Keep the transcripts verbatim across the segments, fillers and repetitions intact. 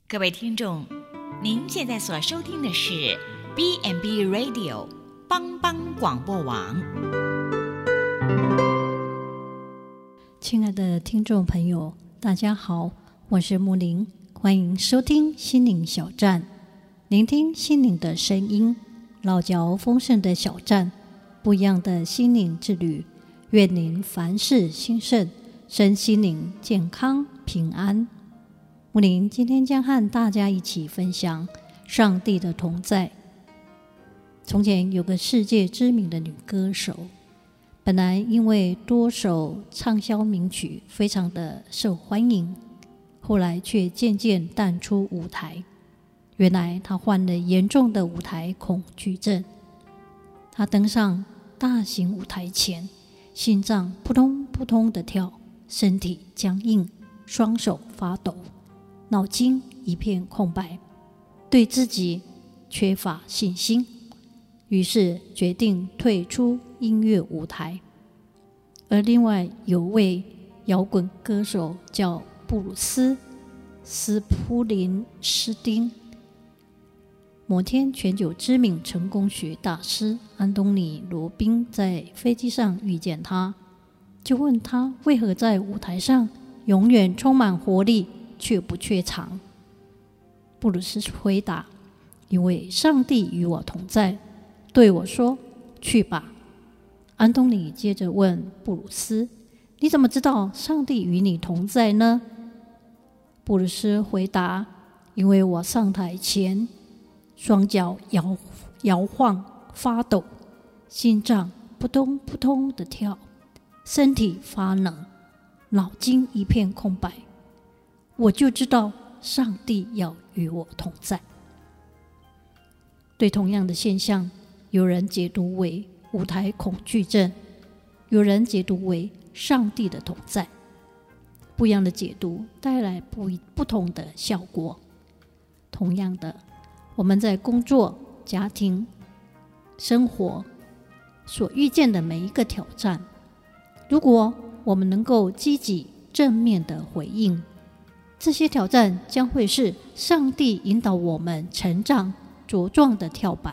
各位听众，您现在所收听的是 B and B Radio 帮帮广播网。 亲爱的听众朋友，大家好，我是木林，欢迎收听心灵小站，聆听心灵的声音，老嚼丰盛的小站，不一样的心灵之旅。愿您凡事兴盛，身心灵健康平安。木林今天将和大家一起分享上帝的同在。从前有个世界知名的女歌手，本来因为多首畅销名曲非常的受欢迎，后来却渐渐淡出舞台。原来她患了严重的舞台恐惧症。她登上大型舞台前，心脏扑通扑通的跳，身体僵硬，双手发抖，脑筋一片空白，对自己缺乏信心，于是决定退出音乐舞台。而另外有位摇滚歌手叫布鲁斯·斯普林斯汀。某天，全球知名成功学大师安东尼·罗宾在飞机上遇见他，就问他为何在舞台上永远充满活力却不怯场。布鲁斯回答：因为上帝与我同在，对我说去吧。安东尼接着问布鲁斯：你怎么知道上帝与你同在呢？布鲁斯回答：因为我上台前双脚 摇, 摇晃发抖，心脏扑通扑通的跳，身体发冷，脑筋一片空白，我就知道上帝要与我同在。对同样的现象，有人解读为舞台恐惧症，有人解读为上帝的同在。不一样的解读带来 不, 不同的效果。同样的，我们在工作、家庭、生活所遇见的每一个挑战，如果我们能够积极正面的回应，这些挑战将会是上帝引导我们成长茁壮的跳板。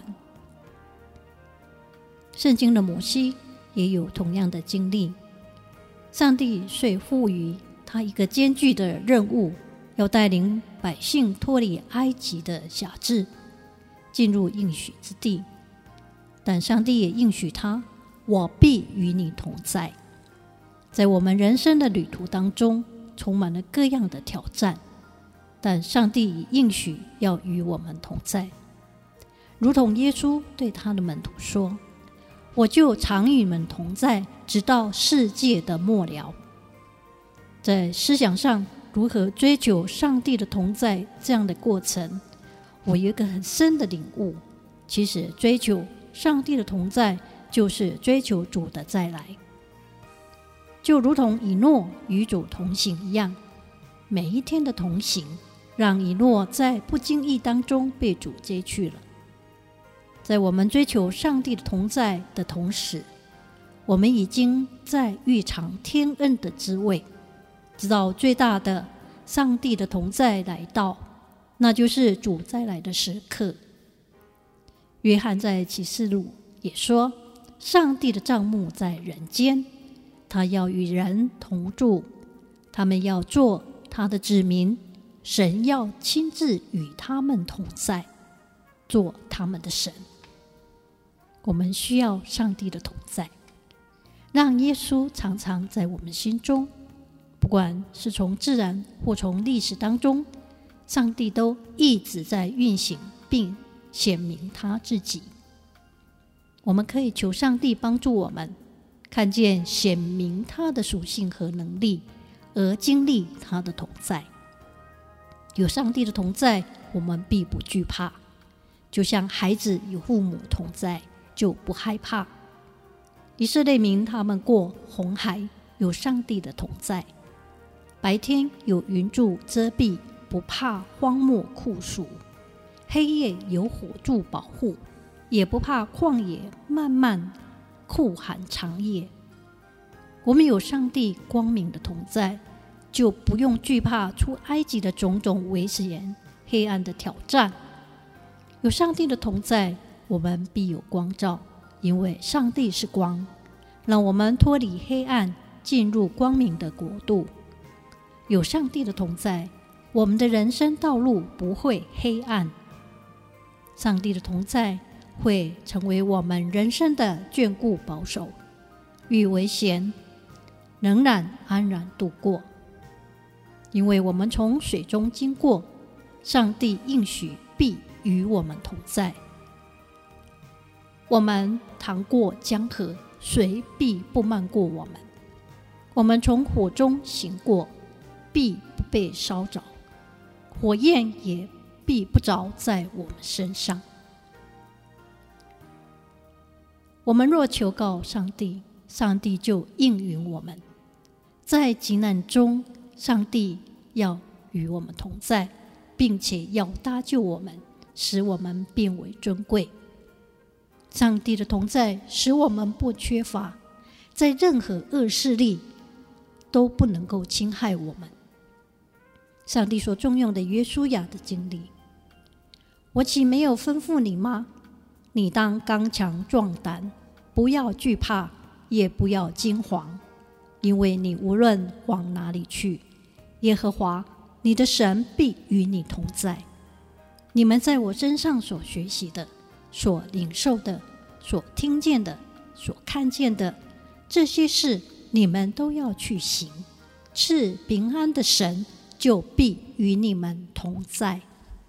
圣经的摩西也有同样的经历，上帝遂赋予他一个艰巨的任务，要带领百姓脱离埃及的辖制，进入应许之地。但上帝也应许他，我必与你同在。在我们人生的旅途当中，充满了各样的挑战，但上帝已应许要与我们同在。如同耶稣对他的门徒说，我就常与你们同在，直到世界的末了。在思想上如何追求上帝的同在这样的过程，我有一个很深的领悟，其实追求上帝的同在就是追求主的再来。就如同以诺与主同行一样，每一天的同行让以诺在不经意当中被主接去了。在我们追求上帝的同在的同时，我们已经在预尝天恩的滋味，直到最大的上帝的同在来到，那就是主再来的时刻。约翰在启示录也说，上帝的帐幕在人间，他要与人同住，他们要做他的子民，神要亲自与他们同在，做他们的神。我们需要上帝的同在，让耶稣常常在我们心中，不管是从自然或从历史当中，上帝都一直在运行并显明他自己。我们可以求上帝帮助我们看见显明他的属性和能力，而经历他的同在。有上帝的同在，我们必不惧怕，就像孩子有父母同在就不害怕。以色列民他们过红海，有上帝的同在，白天有云柱遮蔽，不怕荒漠酷暑，黑夜有火柱保护，也不怕旷野漫漫酷寒长夜。我们有上帝光明的同在，就不用惧怕出埃及的种种危险黑暗的挑战。有上帝的同在，我们必有光照，因为上帝是光，让我们脱离黑暗，进入光明的国度。有上帝的同在，我们的人生道路不会黑暗。上帝的同在会成为我们人生的眷顾保守，遇危险仍然安然度过。因为我们从水中经过，上帝应许必与我们同在。我们趟过江河，水必不漫过我们。我们从火中行过，必不被烧着，火焰也必不着在我们身上。我们若求告上帝，上帝就应允我们。在急难中，上帝要与我们同在，并且要搭救我们，使我们变为尊贵。上帝的同在使我们不缺乏，在任何恶势力都不能够侵害我们。上帝所重用的约书亚的经历，我岂没有吩咐你吗？你当刚强壮胆，不要惧怕，也不要惊惶，因为你无论往哪里去，耶和华你的神必与你同在。你们在我身上所学习的，所领受的，所听见的，所看见的，这些事你们都要去行，赐平安的神就必与你们同在。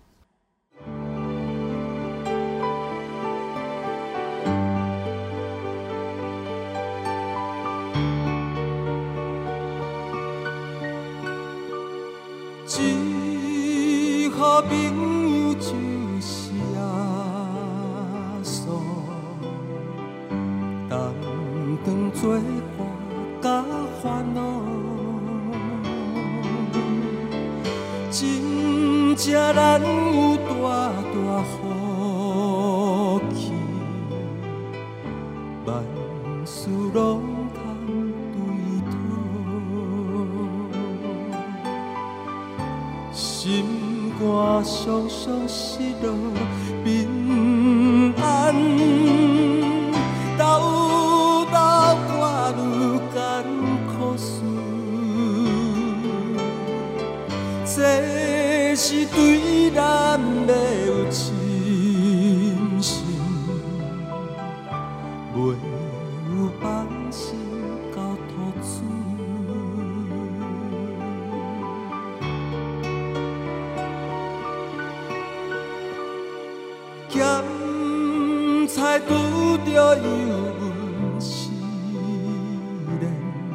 一好朋友就是耶稣，当当作伴甲烦恼，真正咱有大大福气，万事拢通对讨。心肝伤伤失落平安，斗斗过愈艰苦事，这是对咱要有信心，袂有放心到吐水。咸菜拄着油温试炼，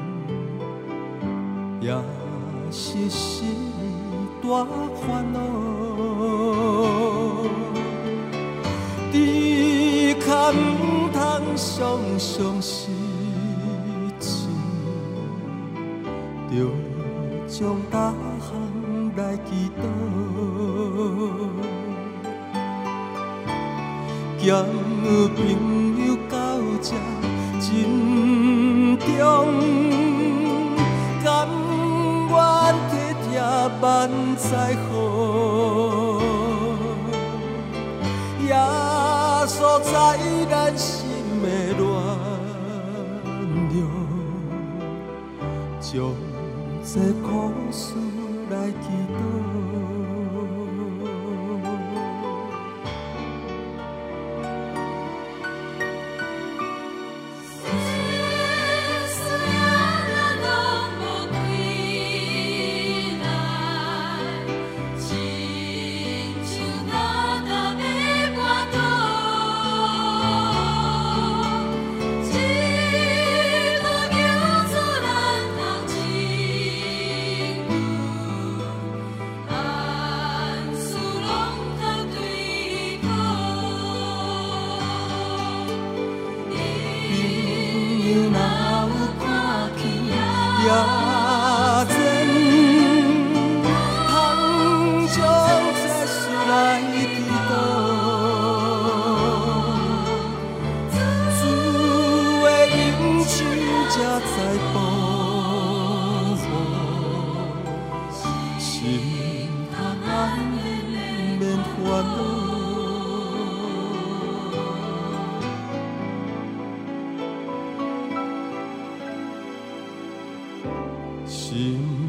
也是心大烦恼。只看唔通伤伤失志，着将大项来祈祷。咸朋友到这真重，甘愿体贴万载好，耶稣在咱心的软弱，将这苦事来祈祷。 恼，心